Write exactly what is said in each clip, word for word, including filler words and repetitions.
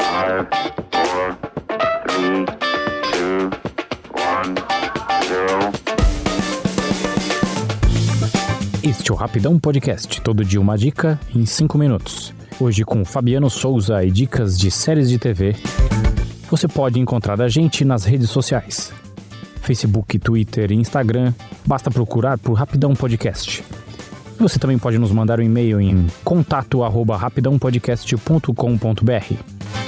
five, four, three, two, one, zero. Este é o Rapidão Podcast, todo dia uma dica em cinco minutos. Hoje com Fabiano Souza e dicas de séries de T V. Você pode encontrar a gente nas redes sociais. Facebook, Twitter e Instagram, basta procurar por Rapidão Podcast. Você também pode nos mandar um e-mail em contato arroba rapidão podcast ponto com ponto b r.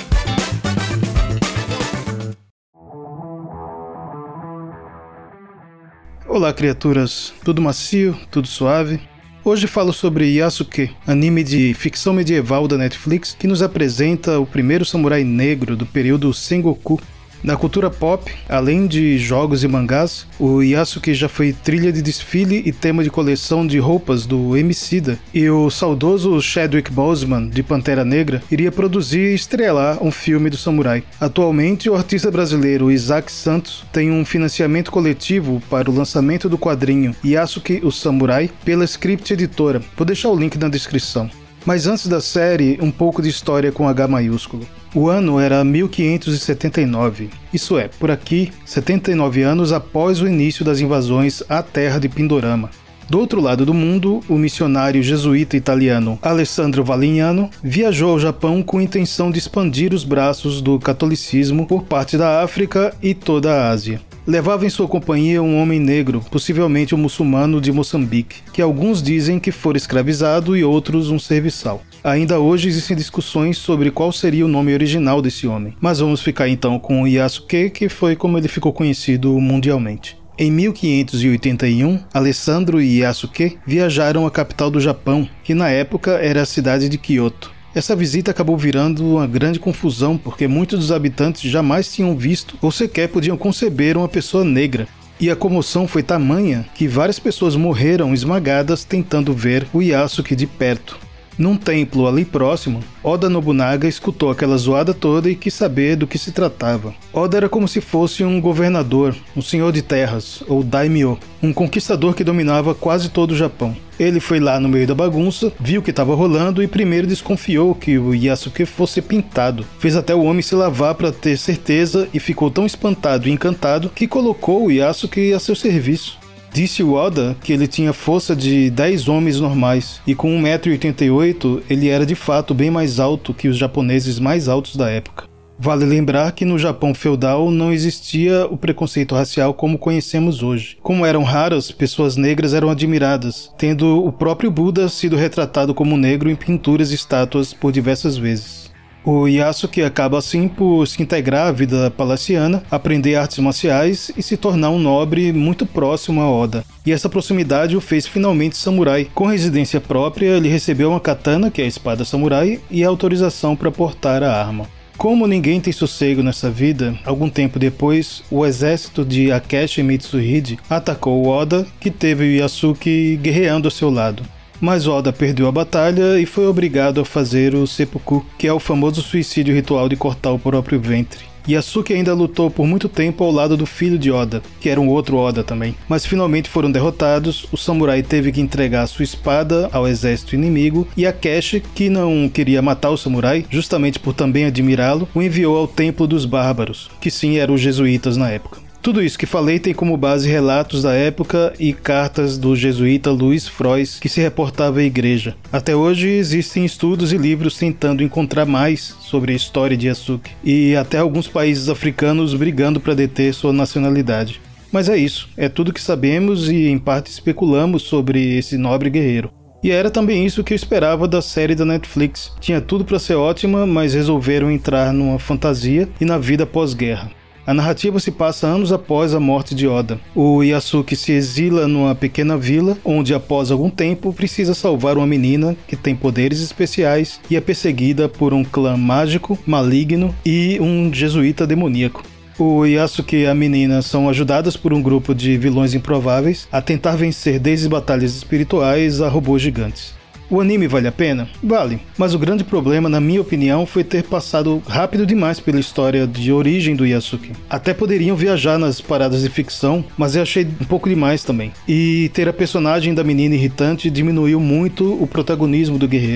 Olá, criaturas, tudo macio, tudo suave? Hoje falo sobre Yasuke, anime de ficção medieval da Netflix que nos apresenta o primeiro samurai negro do período Sengoku. Na cultura pop, além de jogos e mangás, o Yasuke já foi trilha de desfile e tema de coleção de roupas do Emicida, e o saudoso Chadwick Boseman, de Pantera Negra, iria produzir e estrelar um filme do samurai. Atualmente, o artista brasileiro Isaac Santos tem um financiamento coletivo para o lançamento do quadrinho Yasuke, o Samurai, pela Script Editora. Vou deixar o link na descrição. Mas antes da série, um pouco de história com H maiúsculo. O ano era mil quinhentos e setenta e nove, isso é, por aqui, setenta e nove anos após o início das invasões à terra de Pindorama. Do outro lado do mundo, o missionário jesuíta italiano Alessandro Valignano viajou ao Japão com a intenção de expandir os braços do catolicismo por parte da África e toda a Ásia. Levava em sua companhia um homem negro, possivelmente um muçulmano de Moçambique, que alguns dizem que fora escravizado e outros um serviçal. Ainda hoje existem discussões sobre qual seria o nome original desse homem, mas vamos ficar então com o Yasuke, que foi como ele ficou conhecido mundialmente. Em mil quinhentos e oitenta e um, Alessandro e Yasuke viajaram à capital do Japão, que na época era a cidade de Kyoto. Essa visita acabou virando uma grande confusão porque muitos dos habitantes jamais tinham visto ou sequer podiam conceber uma pessoa negra. E a comoção foi tamanha que várias pessoas morreram esmagadas tentando ver o Yasuke de perto. Num templo ali próximo, Oda Nobunaga escutou aquela zoada toda e quis saber do que se tratava. Oda era como se fosse um governador, um senhor de terras, ou daimyo, um conquistador que dominava quase todo o Japão. Ele foi lá no meio da bagunça, viu o que estava rolando e primeiro desconfiou que o Yasuke fosse pintado. Fez até o homem se lavar para ter certeza e ficou tão espantado e encantado que colocou o Yasuke a seu serviço. Disse o Oda que ele tinha força de dez homens normais, e com um metro e oitenta e oito ele era de fato bem mais alto que os japoneses mais altos da época. Vale lembrar que no Japão feudal não existia o preconceito racial como conhecemos hoje. Como eram raras, pessoas negras eram admiradas, tendo o próprio Buda sido retratado como negro em pinturas e estátuas por diversas vezes. O Yasuke acaba assim por se integrar à vida palaciana, aprender artes marciais e se tornar um nobre muito próximo a Oda. E essa proximidade o fez finalmente samurai. Com residência própria, ele recebeu uma katana, que é a espada samurai, e a autorização para portar a arma. Como ninguém tem sossego nessa vida, algum tempo depois, o exército de Akechi Mitsuhide atacou Oda, que teve o Yasuke guerreando ao seu lado. Mas Oda perdeu a batalha e foi obrigado a fazer o seppuku, que é o famoso suicídio ritual de cortar o próprio ventre. Yasuke ainda lutou por muito tempo ao lado do filho de Oda, que era um outro Oda também. Mas finalmente foram derrotados, o samurai teve que entregar sua espada ao exército inimigo e Akechi, que não queria matar o samurai, justamente por também admirá-lo, o enviou ao Templo dos Bárbaros, que sim eram os jesuítas na época. Tudo isso que falei tem como base relatos da época e cartas do jesuíta Luiz Frois, que se reportava à igreja. Até hoje existem estudos e livros tentando encontrar mais sobre a história de Yasuke, e até alguns países africanos brigando para deter sua nacionalidade. Mas é isso, é tudo que sabemos e em parte especulamos sobre esse nobre guerreiro. E era também isso que eu esperava da série da Netflix. Tinha tudo para ser ótima, mas resolveram entrar numa fantasia e na vida pós-guerra. A narrativa se passa anos após a morte de Oda. O Yasuke se exila numa pequena vila, onde após algum tempo precisa salvar uma menina que tem poderes especiais e é perseguida por um clã mágico, maligno e um jesuíta demoníaco. O Yasuke e a menina são ajudadas por um grupo de vilões improváveis a tentar vencer desde batalhas espirituais a robôs gigantes. O anime vale a pena? Vale, mas o grande problema, na minha opinião, foi ter passado rápido demais pela história de origem do Yasuke. Até poderiam viajar nas paradas de ficção, mas eu achei um pouco demais também. E ter a personagem da menina irritante diminuiu muito o protagonismo do guerreiro.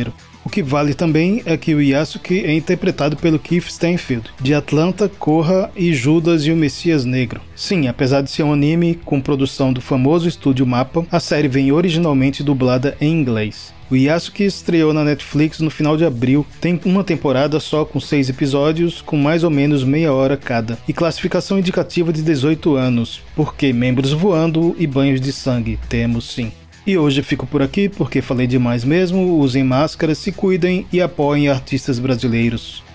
O que vale também é que o Yasuke é interpretado pelo Keith Stanfield, de Atlanta, Korra e Judas e o Messias Negro. Sim, apesar de ser um anime com produção do famoso estúdio Mappa, a série vem originalmente dublada em inglês. O Yasuke estreou na Netflix no final de abril, tem uma temporada só com seis episódios, com mais ou menos meia hora cada, e classificação indicativa de dezoito anos, porque membros voando e banhos de sangue, temos sim. E hoje fico por aqui porque falei demais mesmo, usem máscaras, se cuidem e apoiem artistas brasileiros.